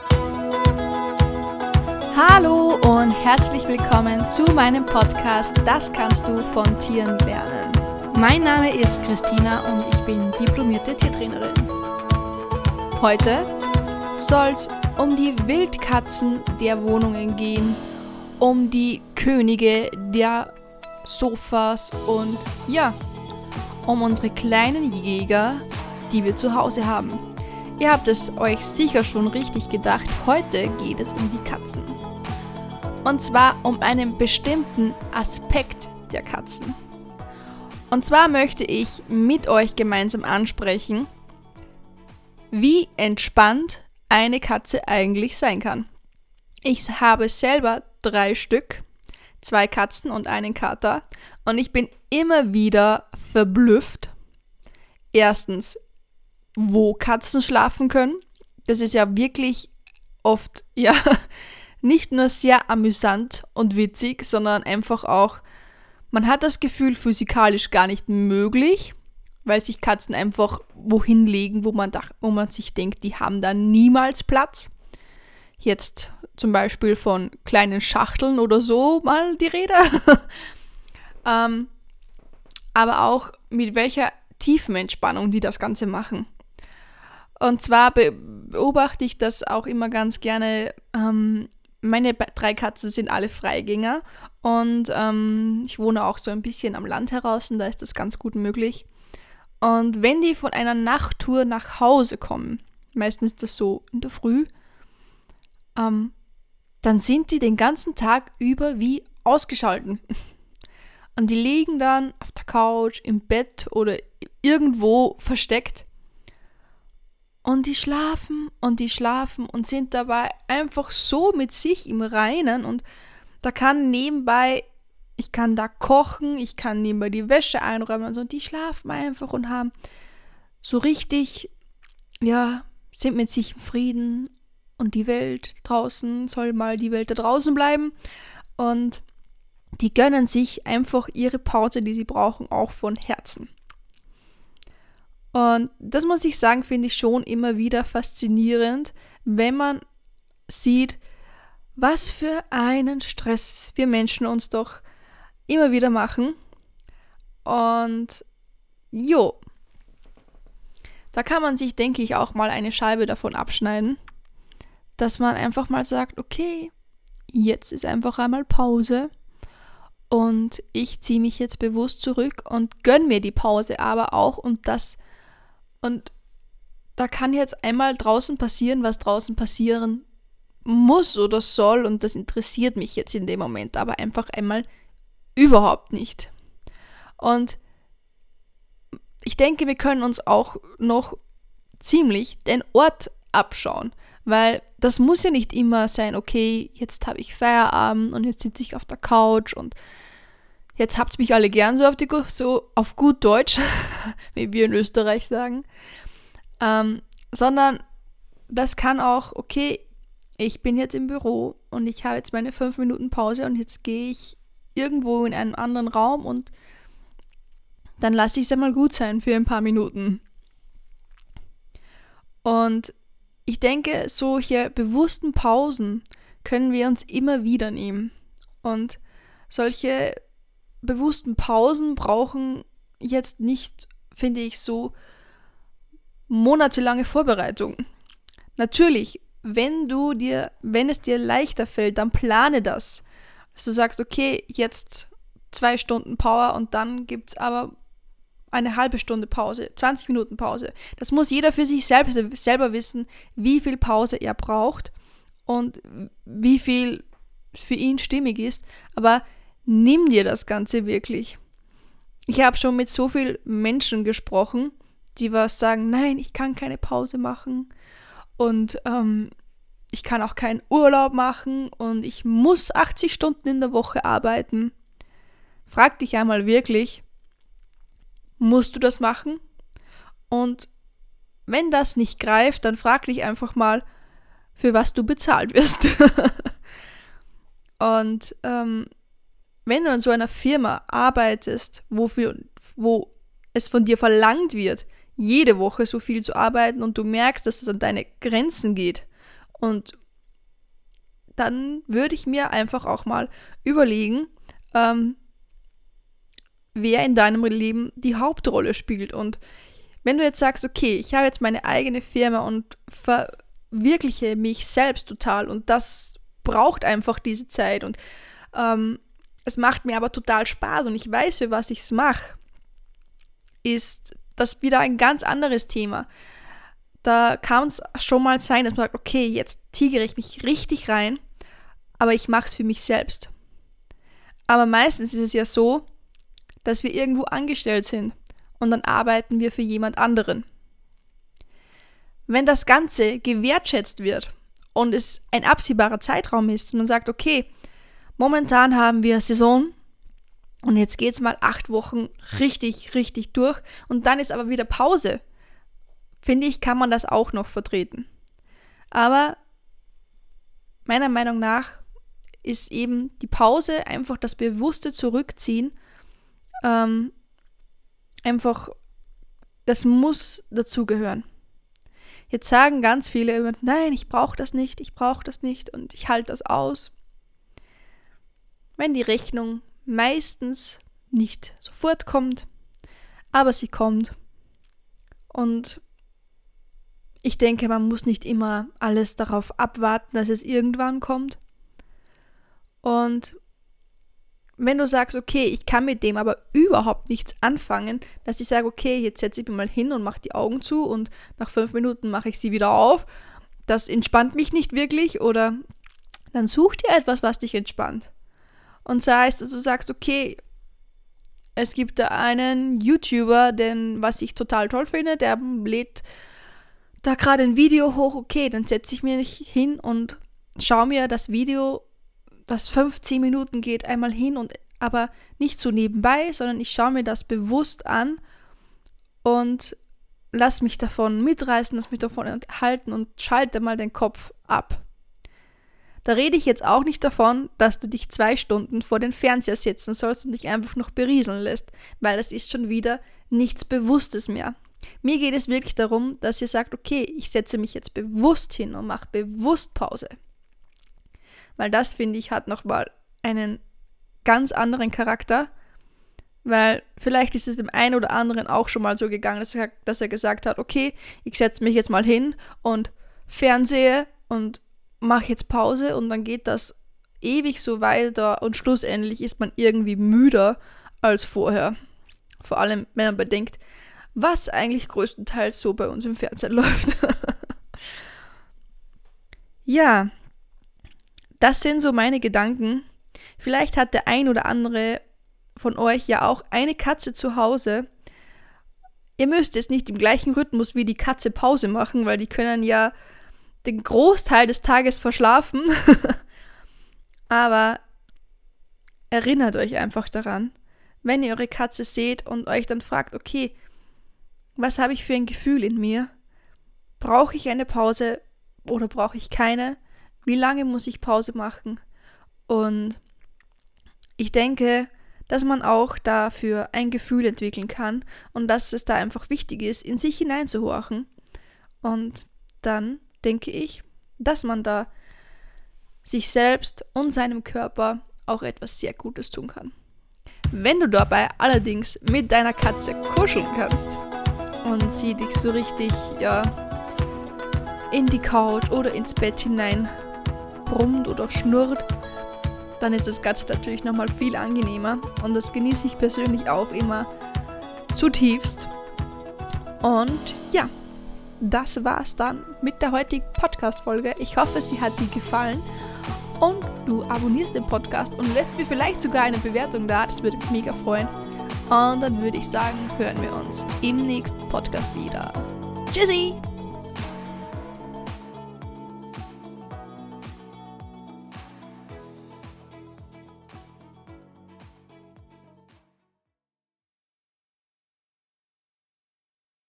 Hallo und herzlich willkommen zu meinem Podcast Das kannst du von Tieren lernen. Mein Name ist Christina und ich bin diplomierte Tiertrainerin. Heute soll es um die Wildkatzen der Wohnungen gehen, um die Könige der Sofas und um unsere kleinen Jäger, die wir zu Hause haben. Ihr habt es euch sicher schon richtig gedacht, heute geht es um die Katzen. Und zwar um einen bestimmten Aspekt der Katzen. Und zwar möchte ich mit euch gemeinsam ansprechen, wie entspannt eine Katze eigentlich sein kann. Ich habe selber 3 Stück, 2 Katzen und einen Kater, und ich bin immer wieder verblüfft. Erstens, wo Katzen schlafen können. Das ist ja wirklich oft, nicht nur sehr amüsant und witzig, sondern einfach auch, man hat das Gefühl, physikalisch gar nicht möglich, weil sich Katzen einfach wohin legen, wo man sich denkt, die haben da niemals Platz. Jetzt zum Beispiel von kleinen Schachteln oder so mal die Rede. Aber auch mit welcher Tiefenentspannung die das Ganze machen. Und zwar beobachte ich das auch immer ganz gerne. Meine 3 Katzen sind alle Freigänger und ich wohne auch so ein bisschen am Land heraus und da ist das ganz gut möglich. Und wenn die von einer Nachttour nach Hause kommen, meistens ist das so in der Früh, dann sind die den ganzen Tag über wie ausgeschalten. Und die liegen dann auf der Couch, im Bett oder irgendwo versteckt. Und die schlafen und sind dabei einfach so mit sich im Reinen, und da kann nebenbei, ich kann da kochen, ich kann nebenbei die Wäsche einräumen und so, und die schlafen einfach und haben so richtig, sind mit sich im Frieden, und die Welt draußen soll mal die Welt da draußen bleiben, und die gönnen sich einfach ihre Pause, die sie brauchen, auch von Herzen. Und das muss ich sagen, finde ich schon immer wieder faszinierend, wenn man sieht, was für einen Stress wir Menschen uns doch immer wieder machen. Und da kann man sich, denke ich, auch mal eine Scheibe davon abschneiden, dass man einfach mal sagt, okay, jetzt ist einfach einmal Pause und ich ziehe mich jetzt bewusst zurück und gönne mir die Pause aber auch, und da kann jetzt einmal draußen passieren, was draußen passieren muss oder soll, und das interessiert mich jetzt in dem Moment aber einfach einmal überhaupt nicht. Und ich denke, wir können uns auch noch ziemlich den Ort abschauen, weil das muss ja nicht immer sein, okay, jetzt habe ich Feierabend und jetzt sitze ich auf der Couch und jetzt habt mich alle gern so auf gut Deutsch, wie wir in Österreich sagen, sondern das kann auch, okay, ich bin jetzt im Büro und ich habe jetzt meine 5 Minuten Pause und jetzt gehe ich irgendwo in einen anderen Raum und dann lasse ich es einmal gut sein für ein paar Minuten. Und ich denke, solche bewussten Pausen können wir uns immer wieder nehmen. Und solche bewussten Pausen brauchen jetzt nicht, finde ich, so monatelange Vorbereitung. Natürlich, wenn es dir leichter fällt, dann plane das. Dass du sagst, okay, jetzt 2 Stunden Power und dann gibt es aber eine halbe Stunde Pause, 20 Minuten Pause. Das muss jeder für sich selber wissen, wie viel Pause er braucht und wie viel für ihn stimmig ist. Aber nimm dir das Ganze wirklich. Ich habe schon mit so vielen Menschen gesprochen, die was sagen, nein, ich kann keine Pause machen und ich kann auch keinen Urlaub machen und ich muss 80 Stunden in der Woche arbeiten. Frag dich einmal wirklich, musst du das machen? Und wenn das nicht greift, dann frag dich einfach mal, für was du bezahlt wirst. Und wenn du in so einer Firma arbeitest, wo es von dir verlangt wird, jede Woche so viel zu arbeiten und du merkst, dass es an deine Grenzen geht Und dann würde ich mir einfach auch mal überlegen, wer in deinem Leben die Hauptrolle spielt. Und wenn du jetzt sagst, okay, ich habe jetzt meine eigene Firma und verwirkliche mich selbst total und das braucht einfach diese Zeit und es macht mir aber total Spaß und ich weiß, für was ich es mache, ist das wieder ein ganz anderes Thema. Da kann es schon mal sein, dass man sagt, okay, jetzt tigere ich mich richtig rein, aber ich mache es für mich selbst. Aber meistens ist es ja so, dass wir irgendwo angestellt sind und dann arbeiten wir für jemand anderen. Wenn das Ganze gewertschätzt wird und es ein absehbarer Zeitraum ist und man sagt, okay, momentan haben wir Saison und jetzt geht es mal 8 Wochen richtig, richtig durch und dann ist aber wieder Pause, finde ich, kann man das auch noch vertreten. Aber meiner Meinung nach ist eben die Pause einfach das bewusste Zurückziehen, einfach, das muss dazugehören. Jetzt sagen ganz viele immer, nein, ich brauche das nicht und ich halte das aus. Wenn die Rechnung meistens nicht sofort kommt, aber sie kommt. Und ich denke, man muss nicht immer alles darauf abwarten, dass es irgendwann kommt. Und wenn du sagst, okay, ich kann mit dem aber überhaupt nichts anfangen, dass ich sage, okay, jetzt setze ich mich mal hin und mache die Augen zu und nach 5 Minuten mache ich sie wieder auf, das entspannt mich nicht wirklich, oder dann such dir etwas, was dich entspannt. Und sei es, dass du sagst, okay, es gibt da einen YouTuber, was ich total toll finde, der lädt da gerade ein Video hoch, okay, dann setze ich mich hin und schaue mir das Video, das 15 Minuten geht, einmal hin, und aber nicht so nebenbei, sondern ich schaue mir das bewusst an und lass mich davon mitreißen, lass mich davon enthalten und schalte mal den Kopf ab. Da rede ich jetzt auch nicht davon, dass du dich 2 Stunden vor den Fernseher setzen sollst und dich einfach noch berieseln lässt, weil das ist schon wieder nichts Bewusstes mehr. Mir geht es wirklich darum, dass ihr sagt, okay, ich setze mich jetzt bewusst hin und mache bewusst Pause. Weil das, finde ich, hat nochmal einen ganz anderen Charakter, weil vielleicht ist es dem einen oder anderen auch schon mal so gegangen, dass er gesagt hat, okay, ich setze mich jetzt mal hin und fernsehe und mache jetzt Pause, und dann geht das ewig so weiter und schlussendlich ist man irgendwie müder als vorher. Vor allem, wenn man bedenkt, was eigentlich größtenteils so bei uns im Fernsehen läuft. Ja, das sind so meine Gedanken. Vielleicht hat der ein oder andere von euch ja auch eine Katze zu Hause. Ihr müsst jetzt nicht im gleichen Rhythmus wie die Katze Pause machen, weil die können ja den Großteil des Tages verschlafen. Aber erinnert euch einfach daran, wenn ihr eure Katze seht und euch dann fragt, okay, was habe ich für ein Gefühl in mir? Brauche ich eine Pause oder brauche ich keine? Wie lange muss ich Pause machen? Und ich denke, dass man auch dafür ein Gefühl entwickeln kann und dass es da einfach wichtig ist, in sich hineinzuhorchen. Und dann denke ich, dass man da sich selbst und seinem Körper auch etwas sehr Gutes tun kann. Wenn du dabei allerdings mit deiner Katze kuscheln kannst und sie dich so richtig, in die Couch oder ins Bett hinein brummt oder schnurrt, dann ist das Ganze natürlich nochmal viel angenehmer, und das genieße ich persönlich auch immer zutiefst. Und ja, das war's dann mit der heutigen Podcast-Folge. Ich hoffe, sie hat dir gefallen und du abonnierst den Podcast und lässt mir vielleicht sogar eine Bewertung da, das würde mich mega freuen. Und dann würde ich sagen, hören wir uns im nächsten Podcast wieder. Tschüssi!